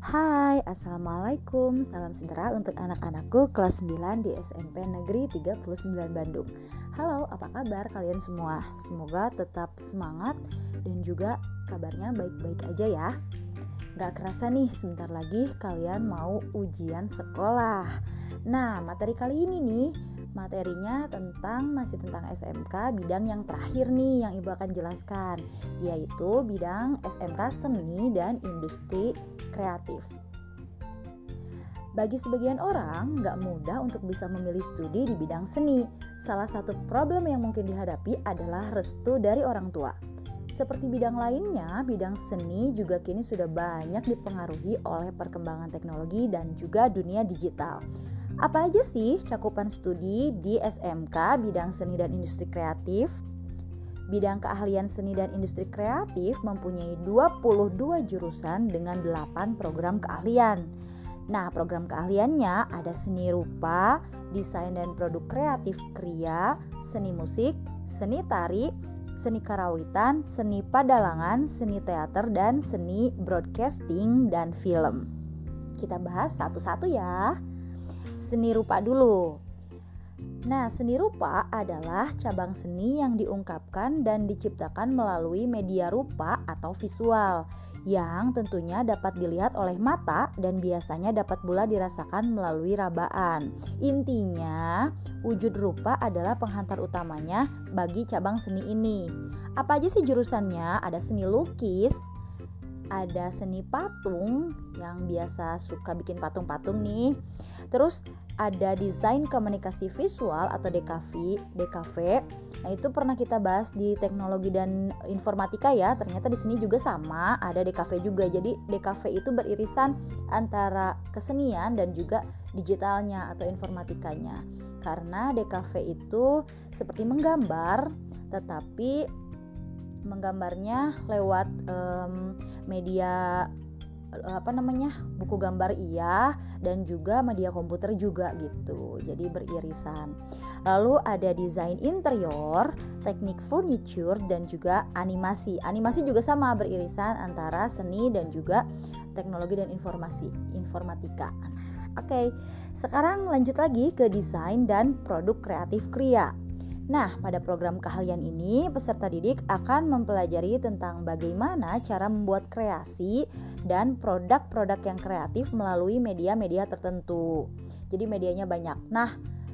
Hai, Assalamualaikum. Salam sejahtera untuk anak-anakku kelas 9 di SMP Negeri 39 Bandung. Halo, apa kabar kalian semua? Semoga tetap semangat dan juga kabarnya baik-baik aja ya. Gak kerasa nih, sebentar lagi kalian mau ujian sekolah. Nah, materi kali ini nih, materinya masih tentang SMK, bidang yang terakhir nih yang Ibu akan jelaskan, yaitu bidang SMK Seni dan Industri Kreatif. Bagi sebagian orang, gak mudah untuk bisa memilih studi di bidang seni. Salah satu problem yang mungkin dihadapi adalah restu dari orang tua. Seperti bidang lainnya, bidang seni juga kini sudah banyak dipengaruhi oleh perkembangan teknologi dan juga dunia digital. Apa aja sih cakupan studi di SMK bidang seni dan industri kreatif? Bidang keahlian seni dan industri kreatif mempunyai 22 jurusan dengan 8 program keahlian. Nah, program keahliannya ada seni rupa, desain dan produk kreatif kriya, seni musik, seni tari, seni karawitan, seni padalangan, seni teater, dan seni broadcasting dan film. Kita bahas satu-satu ya. Seni rupa dulu. Nah, seni rupa adalah cabang seni yang diungkapkan dan diciptakan melalui media rupa atau visual yang tentunya dapat dilihat oleh mata dan biasanya dapat pula dirasakan melalui rabaan. Intinya, wujud rupa adalah penghantar utamanya bagi cabang seni ini. Apa aja sih jurusannya? Ada seni lukis, ada seni patung yang biasa suka bikin patung-patung nih. Terus ada desain komunikasi visual atau DKV. Nah, itu pernah kita bahas di teknologi dan informatika ya. Ternyata di sini juga sama, ada DKV juga. Jadi DKV itu beririsan antara kesenian dan juga digitalnya atau informatikanya. Karena DKV itu seperti menggambar, tetapi menggambarnya lewat media buku gambar iya, dan juga media komputer juga gitu. Jadi beririsan. Lalu ada desain interior, teknik furniture, dan juga animasi. Animasi juga sama, beririsan antara seni dan juga teknologi dan informatika. Oke, sekarang lanjut lagi ke desain dan produk kreatif kriya. Nah, pada program keahlian ini, peserta didik akan mempelajari tentang bagaimana cara membuat kreasi dan produk-produk yang kreatif melalui media-media tertentu. Jadi medianya banyak. Nah,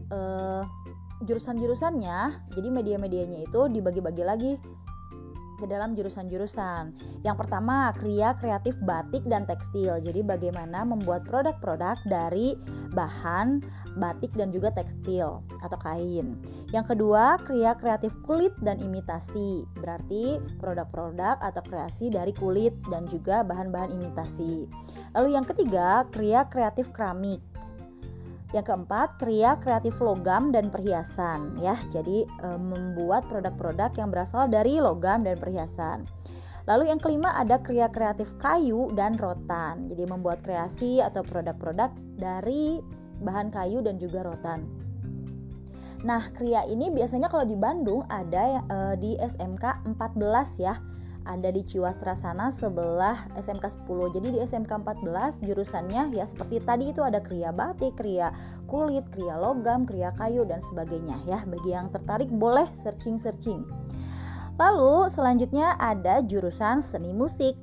jurusan-jurusannya, jadi media-medianya itu dibagi-bagi lagi ke dalam jurusan-jurusan. Yang pertama, kriya kreatif batik dan tekstil. Jadi bagaimana membuat produk-produk dari bahan batik dan juga tekstil atau kain. Yang kedua, kriya kreatif kulit dan imitasi. Berarti produk-produk atau kreasi dari kulit dan juga bahan-bahan imitasi. Lalu yang ketiga, kriya kreatif keramik. Yang keempat, kriya kreatif logam dan perhiasan ya. Jadi membuat produk-produk yang berasal dari logam dan perhiasan. Lalu yang kelima ada kriya kreatif kayu dan rotan. Jadi membuat kreasi atau produk-produk dari bahan kayu dan juga rotan. Nah, kriya ini biasanya kalau di Bandung ada di SMK 14 ya. Ada di Ciwastra sana sebelah SMK 10. Jadi di SMK 14 jurusannya ya seperti tadi itu ada kriya batik, kriya kulit, kriya logam, kriya kayu dan sebagainya ya. Bagi yang tertarik boleh searching. Lalu selanjutnya ada jurusan seni musik.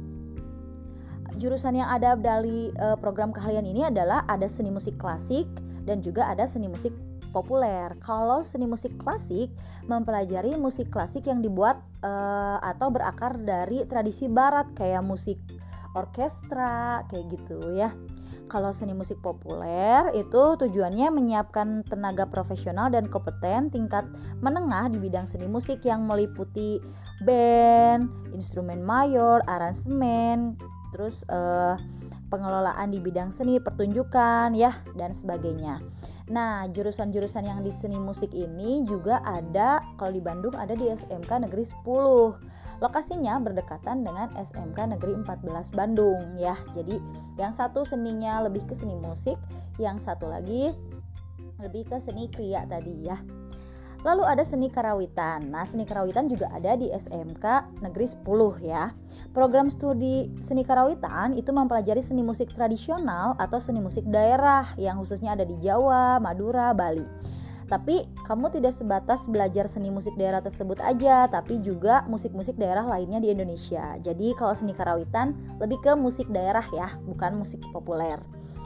Jurusan yang ada dari program keahlian ini adalah ada seni musik klasik dan juga ada seni musik populer. Kalau seni musik klasik mempelajari musik klasik yang dibuat atau berakar dari tradisi barat kayak musik orkestra kayak gitu ya. Kalau seni musik populer itu tujuannya menyiapkan tenaga profesional dan kompeten tingkat menengah di bidang seni musik yang meliputi band, instrumen mayor, aransemen, terus pengelolaan di bidang seni pertunjukan ya dan sebagainya. Nah, jurusan-jurusan yang di seni musik ini juga ada, kalau di Bandung ada di SMK Negeri 10. Lokasinya berdekatan dengan SMK Negeri 14 Bandung ya. Jadi yang satu seninya lebih ke seni musik, yang satu lagi lebih ke seni kriya tadi ya. Lalu ada seni karawitan. Nah, seni karawitan juga ada di SMK Negeri 10 ya. Program studi seni karawitan itu mempelajari seni musik tradisional atau seni musik daerah yang khususnya ada di Jawa, Madura, Bali. Tapi kamu tidak sebatas belajar seni musik daerah tersebut aja, tapi juga musik-musik daerah lainnya di Indonesia. Jadi kalau seni karawitan lebih ke musik daerah ya, bukan musik populer.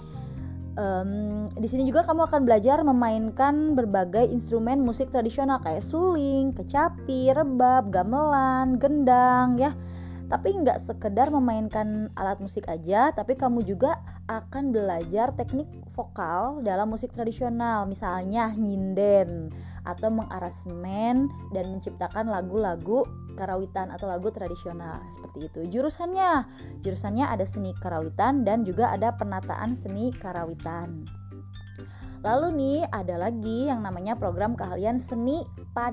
Di sini juga kamu akan belajar memainkan berbagai instrumen musik tradisional kayak suling, kecapi, rebab, gamelan, gendang ya. Tapi nggak sekedar memainkan alat musik aja, tapi kamu juga akan belajar teknik vokal dalam musik tradisional, misalnya nyinden atau mengaransemen dan menciptakan lagu-lagu karawitan atau lagu tradisional seperti itu. Jurusannya ada seni karawitan dan juga ada penataan seni karawitan. Lalu nih ada lagi yang namanya program keahlian seni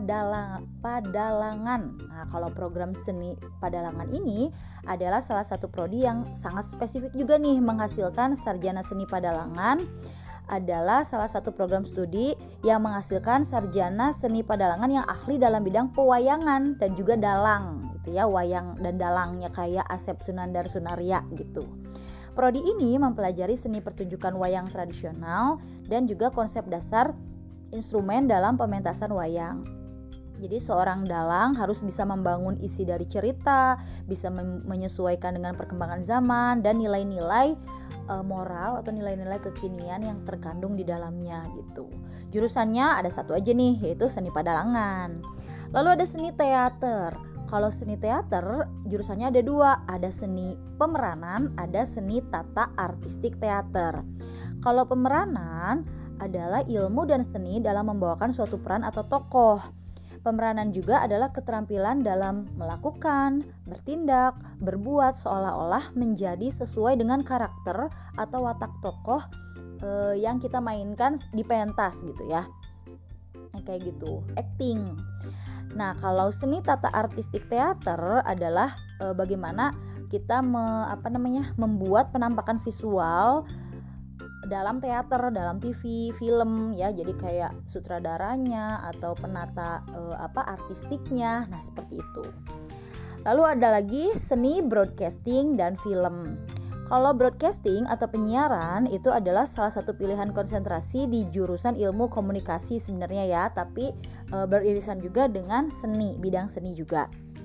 padalangan. Nah, kalau program seni padalangan ini adalah salah satu prodi yang sangat spesifik juga nih, menghasilkan sarjana seni padalangan. Adalah salah satu program studi yang menghasilkan sarjana seni padalangan yang ahli dalam bidang pewayangan dan juga dalang gitu ya, wayang dan dalangnya kayak Asep Sunandar Sunaria gitu. Prodi ini mempelajari seni pertunjukan wayang tradisional dan juga konsep dasar instrumen dalam pementasan wayang. Jadi seorang dalang harus bisa membangun isi dari cerita, bisa menyesuaikan dengan perkembangan zaman dan nilai-nilai moral atau nilai-nilai kekinian yang terkandung di dalamnya gitu. Jurusannya ada satu aja nih, yaitu seni padalangan. Lalu ada seni teater. Kalau seni teater jurusannya ada dua, ada seni pemeranan, ada seni tata artistik teater. Kalau pemeranan adalah ilmu dan seni dalam membawakan suatu peran atau tokoh. Pemeranan juga adalah keterampilan dalam melakukan, bertindak, berbuat seolah-olah menjadi sesuai dengan karakter atau watak tokoh yang kita mainkan di pentas gitu ya. Kayak gitu, acting. Nah, kalau seni tata artistik teater adalah bagaimana kita membuat penampakan visual dalam teater, dalam TV, film ya. Jadi kayak sutradaranya atau penata artistiknya. Nah, seperti itu. Lalu ada lagi seni broadcasting dan film. Kalau broadcasting atau penyiaran itu adalah salah satu pilihan konsentrasi di jurusan ilmu komunikasi sebenarnya ya, tapi beririsan juga dengan seni, bidang seni juga.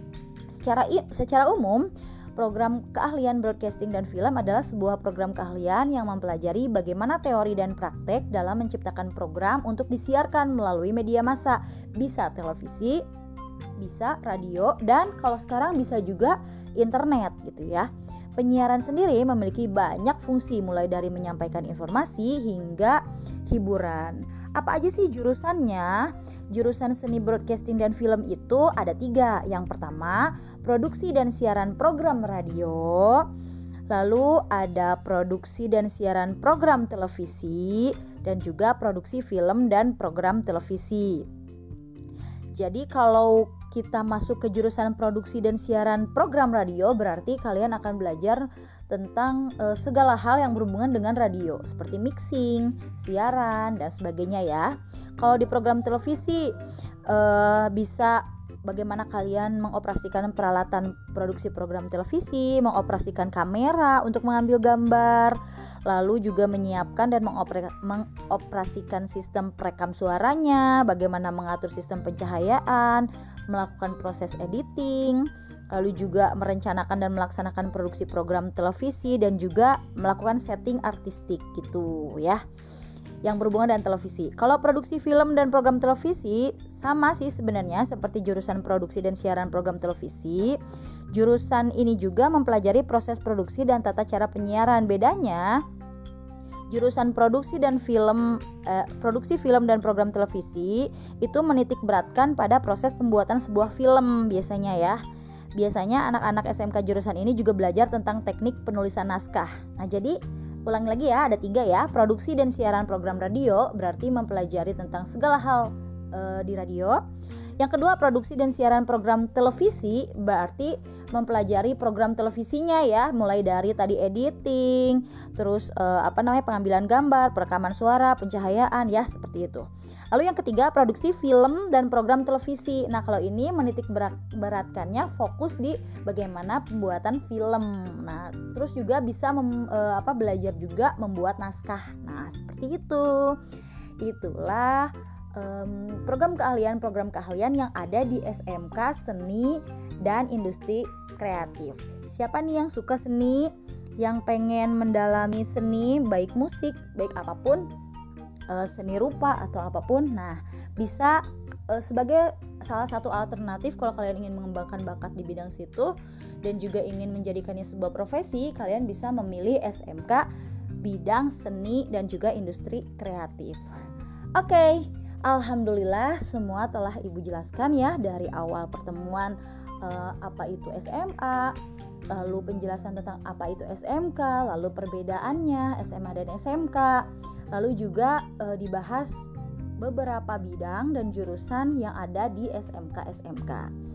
Secara umum, program keahlian broadcasting dan film adalah sebuah program keahlian yang mempelajari bagaimana teori dan praktek dalam menciptakan program untuk disiarkan melalui media massa, bisa televisi, bisa radio, dan kalau sekarang bisa juga internet gitu ya. Penyiaran sendiri memiliki banyak fungsi, mulai dari menyampaikan informasi hingga hiburan. Apa aja sih jurusannya? Jurusan seni broadcasting dan film itu ada 3. Yang pertama, produksi dan siaran program radio. Lalu ada produksi dan siaran program televisi, dan juga produksi film dan program televisi. Jadi kalau kita masuk ke jurusan produksi dan siaran program radio, berarti kalian akan belajar tentang segala hal yang berhubungan dengan radio, seperti mixing, siaran, dan sebagainya ya. Kalau di program televisi bisa bagaimana kalian mengoperasikan peralatan produksi program televisi, mengoperasikan kamera untuk mengambil gambar, lalu juga menyiapkan dan mengoperasikan sistem perekam suaranya, bagaimana mengatur sistem pencahayaan, melakukan proses editing, lalu juga merencanakan dan melaksanakan produksi program televisi, dan juga melakukan setting artistik gitu ya, yang berhubungan dengan televisi. Kalau produksi film dan program televisi sama sih sebenarnya seperti jurusan produksi dan siaran program televisi. Jurusan ini juga mempelajari proses produksi dan tata cara penyiaran. Bedanya, jurusan produksi film dan program televisi itu menitik beratkan pada proses pembuatan sebuah film biasanya ya. Biasanya anak-anak SMK jurusan ini juga belajar tentang teknik penulisan naskah. Nah, jadi ulangi lagi ya, ada 3 ya. Produksi dan siaran program radio berarti mempelajari tentang segala hal di radio. Yang kedua, produksi dan siaran program televisi, berarti mempelajari program televisinya ya, mulai dari tadi editing, terus pengambilan gambar, perekaman suara, pencahayaan ya, seperti itu. Lalu yang ketiga, produksi film dan program televisi. Nah, kalau ini menitik beratkannya fokus di bagaimana pembuatan film. Nah, terus juga bisa belajar juga membuat naskah. Nah, seperti itu. Itulah program keahlian yang ada di SMK Seni dan Industri Kreatif. Siapa nih yang suka seni, yang pengen mendalami seni, baik musik, baik apapun, seni rupa atau apapun, nah bisa sebagai salah satu alternatif kalau kalian ingin mengembangkan bakat di bidang situ dan juga ingin menjadikannya sebuah profesi, kalian bisa memilih SMK bidang seni dan juga industri kreatif. Oke. Alhamdulillah semua telah Ibu jelaskan ya dari awal pertemuan apa itu SMA, lalu penjelasan tentang apa itu SMK, lalu perbedaannya SMA dan SMK, lalu juga dibahas beberapa bidang dan jurusan yang ada di SMK.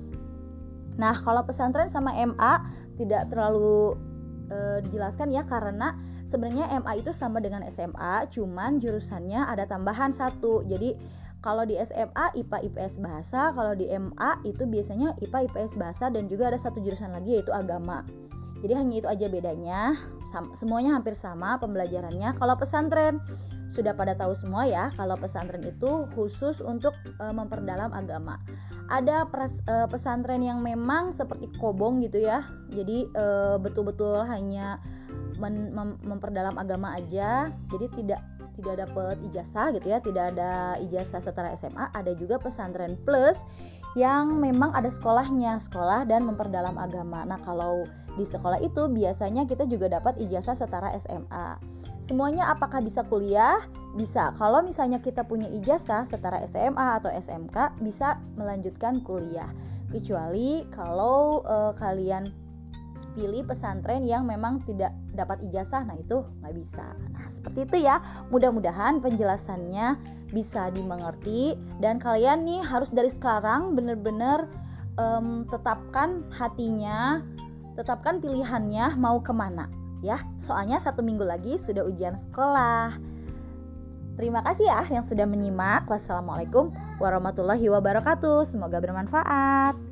Nah, kalau pesantren sama MA tidak terlalu dijelaskan ya, karena sebenarnya MA itu sama dengan SMA, cuman jurusannya ada tambahan satu. Jadi kalau di SMA IPA IPS bahasa, kalau di MA itu biasanya IPA IPS bahasa dan juga ada satu jurusan lagi yaitu agama. Jadi hanya itu aja bedanya, semuanya hampir sama pembelajarannya. Kalau pesantren sudah pada tahu semua ya, kalau pesantren itu khusus untuk memperdalam agama. Ada pesantren yang memang seperti kobong gitu ya, jadi betul-betul hanya memperdalam agama aja, jadi tidak dapat ijazah gitu ya, tidak ada ijazah setara SMA. Ada juga pesantren plus yang memang ada sekolah dan memperdalam agama. Nah, kalau di sekolah itu biasanya kita juga dapat ijazah setara SMA. Semuanya apakah bisa kuliah? Bisa. Kalau misalnya kita punya ijazah setara SMA atau SMK, bisa melanjutkan kuliah. Kecuali kalau kalian pilih pesantren yang memang tidak dapat ijazah, nah itu nggak bisa. Nah, seperti itu ya. Mudah-mudahan penjelasannya bisa dimengerti dan kalian nih harus dari sekarang benar-benar tetapkan hatinya, tetapkan pilihannya mau kemana ya. Soalnya 1 minggu lagi sudah ujian sekolah. Terima kasih ya yang sudah menyimak. Wassalamualaikum warahmatullahi wabarakatuh. Semoga bermanfaat.